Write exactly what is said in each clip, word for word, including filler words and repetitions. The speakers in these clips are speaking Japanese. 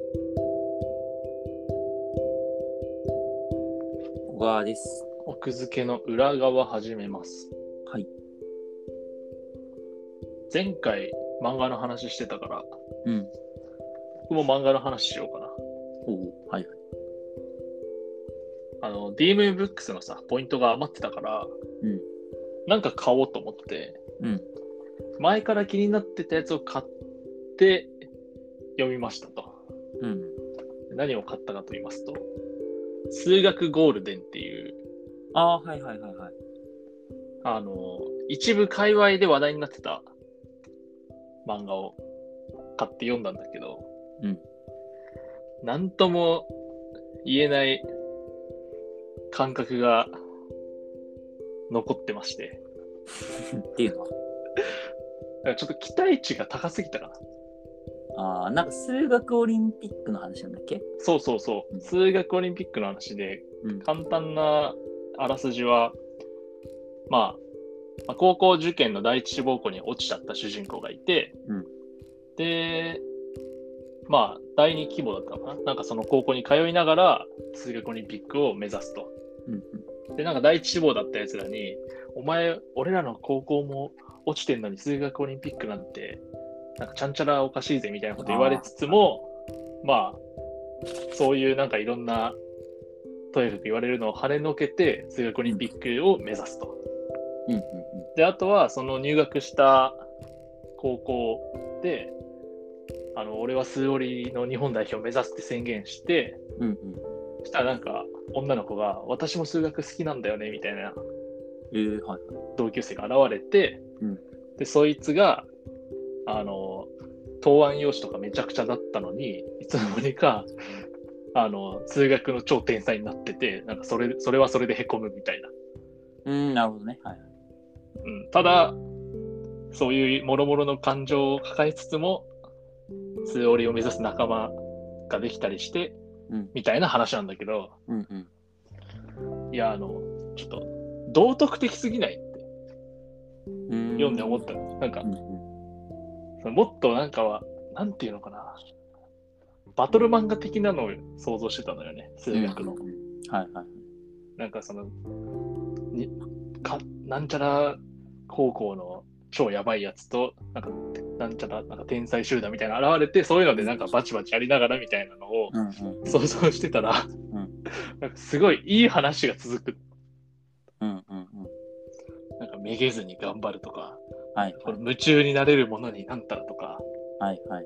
小川です。 奥付けの裏側始めます。 はい。 前回漫画の話してたから、 うん。 僕も漫画の話しようかな。 おお、はいはい。 あの、ディーエム ブックスのさ、ポイントが余ってたから、 うん。 なんか買おうと思って、 うん。 前から気になってたやつを買って読みましたと。 うん。 何を買ったかと言いますと、数学ゴールデンっていう、 ああ、はいはいはいはい。 あの、一部界隈で話題になってた漫画を買って読んだんだけど、 うん。 なんとも言えない感覚が残ってまして。 っていうのは。 だからちょっと期待値が高すぎたかな。 ああ、なんか数学オリンピックの話なんだっけ？ そうそうそう。 うん数学オリンピックの話で、 うん。 簡単なあらすじは、まあ、まあ高校受験の第一志望校に落ちちゃった主人公がいて、 うん。 で、まあ、第二希望だったのかな。なんかその高校に通いながら、数学オリンピックを目指すと。 うん。 で、なんか第一志望だったやつらに、お前、俺らの高校も落ちてんのに数学オリンピックなんて、なんかちゃんちゃらおかしいぜみたいなこと言われつつも、まあ、そういうなんかいろんな、とにかく言われるのを跳ねのけて、数学オリンピックを目指すと。 うん。うん。 で、あとは、その入学した高校で、あの、俺は数オリの日本代表を目指すって宣言して、 うん。うん。 そしたらなんか、女の子が、私も数学好きなんだよね、みたいなえー、はいはい。 同級生が現れて、 うん。 で、そいつが、あの、答案用紙とかめちゃくちゃだったのに、いつの間にか、あの、数学の超天才になってて、なんかそれ、それはそれで凹むみたいな。 うん、なるほどね。はいはい。 うん、ただ、そういう諸々の感情を抱えつつも、数折りを目指す仲間ができたりして、 うん。 みたいな話なんだけど、 うん。うん。 いや、あの、ちょっと、道徳的すぎないってうん読んで思ったの。なんかう、ん。 そのもっとなんかは、なんていうのかな。バトル漫画的なのを想像してたのよね、数学の。 うん。うん。はいはい。 なんかその、にかなんちゃら高校の超やばいやつと、なんか、なんちゃら、なんか天才集団みたいなの現れて、そういうのでなんかバチバチやりながらみたいなのをうん。うん。 想像してたら、 うんなんかすごいいい話が続く。 うん。うん。 なんかめげずに頑張るとか、 はいはい。 この夢中になれるものになんたらとか、 はいはいはい。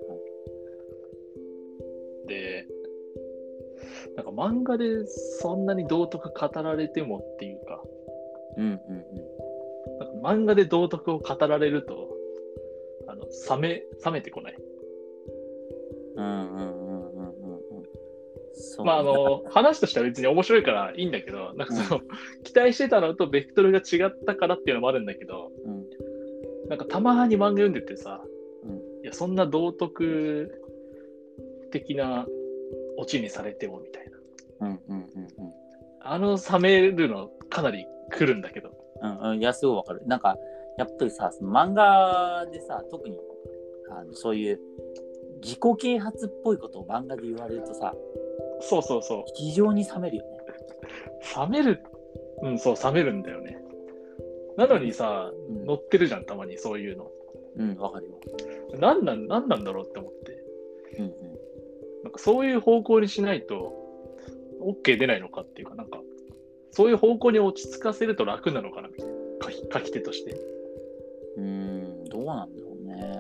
で、なんか漫画でそんなに道徳語られてもっていうか、 うん。うん。 なんか漫画で道徳を語られると、あの冷め冷めてこない。 うん。うん。うん。うん。うん。そう。 まああの話としては別に面白いからいいんだけど、なんかその、うん、期待してたのとベクトルが違ったからっていうのもあるんだけど、 うん、 なんかたまに漫画読んでてさ、 うん、 いやそんな道徳的なオチにされてもみたいな。 うん。うん。うん。 あの冷めるのかなり来るんだけど。 うんうん、いや、すごいわかる。なんか、やっぱりさ、その漫画でさ、特にあのそういう自己啓発っぽいことを漫画で言われるとさ、 そうそうそう。 非常に冷めるよね。 冷める、うん、そう、冷めるんだよね。なのにさ、うん、載ってるじゃん、たまにそういうの。 うん、わかるよ。 なんなん、なんなんだろうって思って。 うんうん。 なんかそういう方向にしないと、OK 出ないのかっていうか、なんか、そういう方向に落ち着かせると楽なのかなみたいな。書き、書き手として。 うーん、どうなんだろうね。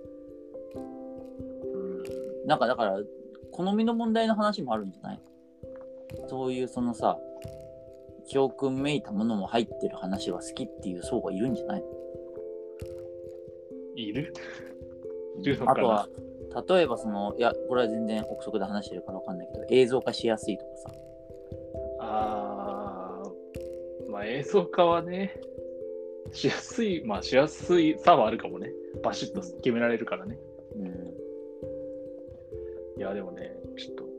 うん。なんかだから、好みの問題の話もあるんじゃない？そういうそのさ、教訓めいたものも入ってる話が好きっていう層がいるんじゃない？ いる？ いるのかな？あとは、例えばその、いや、これは全然憶測で話してるからわかんないけど、映像化しやすいとかさ。 あー、まあ映像化はね、しやすい、まあしやすいさはあるかもね。バシッと決められるからね。 うん。 いや、でもね、ちょっと、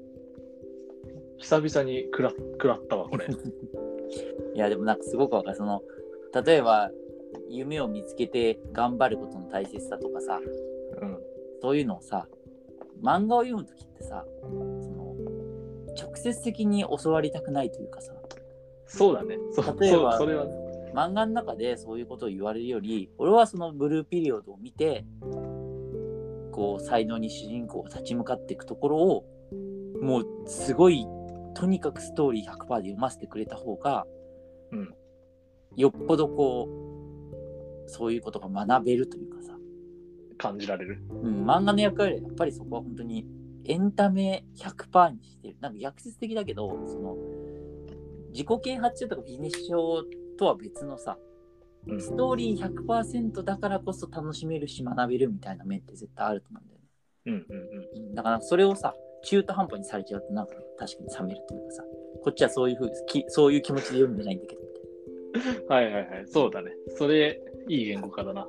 久々に食ら、食らったわ、これ。 いや、でもなんかすごくわかる。その、例えば、夢を見つけて頑張ることの大切さとかさ、 うん、 そういうのをさ、 漫画を読むときってさ、その直接的に教わりたくないというかさ、 そうだね。そう例えばそうそれは、 漫画の中でそういうことを言われるより、俺はそのブルーピリオドを見て、こう才能に主人公が立ち向かっていくところを、もうすごいとにかくストーリー ひゃくパーセント で読ませてくれた方が、 うん、 よっぽどこうそういうことが学べるというかさ、 感じられる。 うん、漫画の役割はやっぱりそこは本当にエンタメ ひゃくパーセント にしてる。なんか逆説的だけど、その自己啓発書とかビジネス書とは別のさ、 うん、 ストーリー ひゃくパーセント だからこそ楽しめるし学べるみたいな面って絶対あると思うんだよね。 うんうんうん。 だからそれをさ、中途半端にされちゃうとなんか確かに冷めるというかさ、こっちはそういうふうきそういう気持ちで読んでないんだけどみたいな。 はいはいはい、そうだね。それ、いい言語化だな。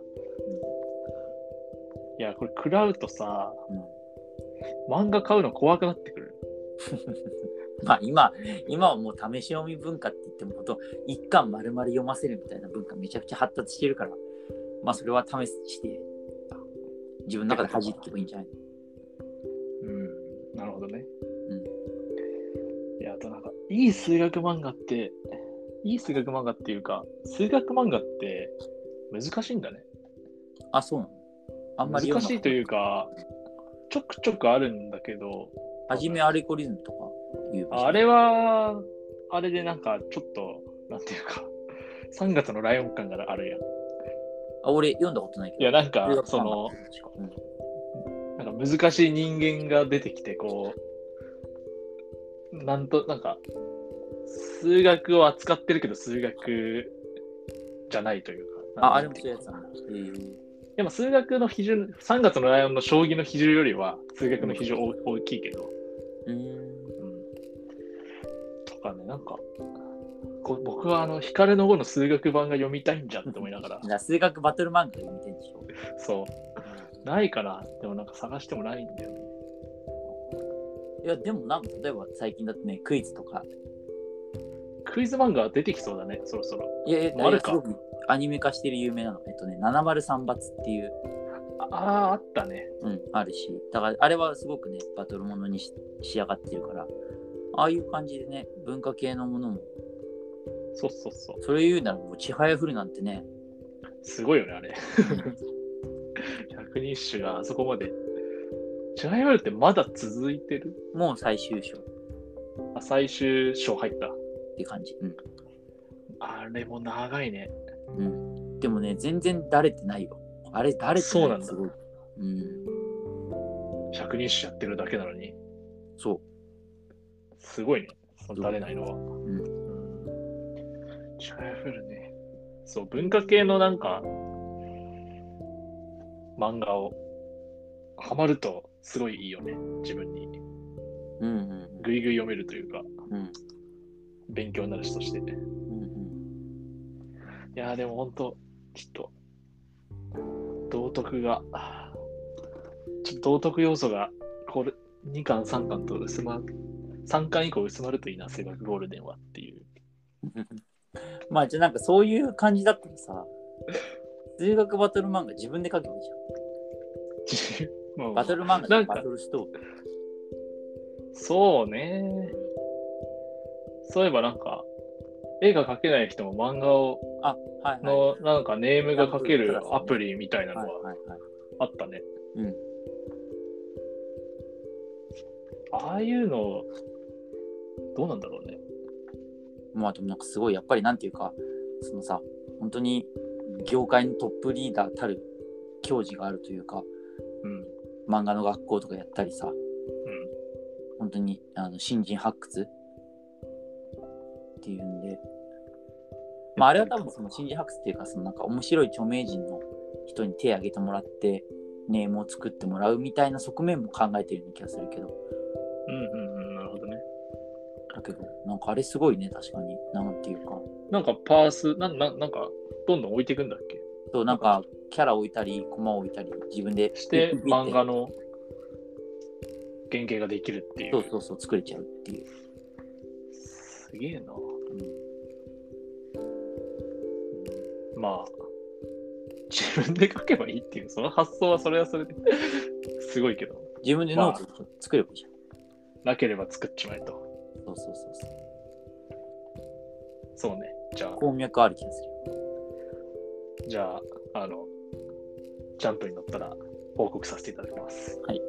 いや、これ食らうとさ、 うん、 漫画買うの怖くなってくる。 まあ今、今はもう試し読み文化って言っても、ほんと一巻丸々読ませるみたいな文化めちゃくちゃ発達してるから、まあそれは試して自分の中で弾いていけばいいんじゃないの？ うん、なるほどね。 うん。 いや、あとなんか、いい数学漫画って、いい数学漫画っていうか、数学漫画って難しいんだね。 あ、そうなの？あんまり難しいというか、ちょくちょくあるんだけど、 はじめアルゴリズムとかいうあれは、あれでなんかちょっと、なんていうか、さんがつのライオン感があるやん。 あ、俺読んだことないけど。 いや、なんか、その、 うん、 なんか難しい人間が出てきて、こう、なんと、なんか、数学を扱ってるけど、数学じゃないというか。 あ、あれもそういうやつなんだ。えー、 でも数学の比重、さんがつのライオンの将棋の比重よりは、数学の比重大きいけど、 うーん、 うん。とかね、なんか、こう僕はあの、光の碁の数学版が読みたいんじゃんって思いながら。 だ数学バトル漫画読みてんでしょ。 そう。ないかな。でもなんか探してもないんだよね。 いや、でもなんか例えば最近だとね、クイズとか。 クイズ漫画出てきそうだね、そろそろ。 いやいや、 あるか。 すごくアニメ化してる有名なの。えっとね、ななまるさん罰っていう。 ああ、あったね。 うん、あるし。だから、あれはすごくね、バトルものに し, 仕上がってるから、ああいう感じでね、文化系のものも。 そうそうそう。 それ言うならもう、ちはやふるなんてね。 すごいよね、あれ。百人一首があそこまで。ちはやふるってまだ続いてる？ もう最終章っあ、最終章入った。 て感じ。うん。 あれも長いね。 うん。でもね、全然だれてないよ。あれ、だれてない。 そうなんだ。 すごい。うん。 百人一首やってるだけなのに。 そう。 すごいね。そのだれないのは。 うん。 ちはやふるね。そう、文化系のなんか、漫画をハマるとすごいいいよね。自分に。 うんうん。 ぐいぐい読めるというか、 うん。 勉強になるしとして。 うんうん。 いやーでも本当、ちょっと、道徳が、ちょっと道徳要素が、これ、にかんさんかんと薄まる、さんかん以降薄まるといいな、数学ゴールデンはっていう。 まあじゃあなんかそういう感じだったらさ、数学バトル漫画自分で書けばいいじゃん。バトル漫画でバトルストーリー。 そうね。そういえばなんか、絵が描けない人も漫画を、 あ、はいはい、 のなんかネームが描けるアプリみたいなのはあったね。 うん。 ああいうの、どうなんだろうね。 まあでもなんかすごいやっぱりなんていうか、そのさ、本当に業界のトップリーダーたる教授があるというか、 うん、 漫画の学校とかやったりさ、うん、本当にあの新人発掘っていうんで、まああれは多分その新人発掘っていうか、そのなんか面白い著名人の人に手を挙げてもらってネームを作ってもらうみたいな側面も考えてるような気がするけど。 うんうんうん、なるほどね。 だけど、なんかあれすごいね、確かに。なんていうか。 なんかパース、なななんかどんどん置いていくんだっけ？ そう、なんかキャラ置いたり、コマ置いたり、自分で。 して漫画の原型ができるっていう。 そうそうそう、作れちゃうっていう。 すげえな。うん、まあ、自分で書けばいいっていう、その発想はそれはそれですごいけど。 自分でノート作ればいいじゃん。 なければ作っちまえと。 そうそうそうそう。 そうね。じゃあ、 鉱脈ある気がする。 じゃあ、あの、ジャンプに乗ったら報告させていただきます。 はい。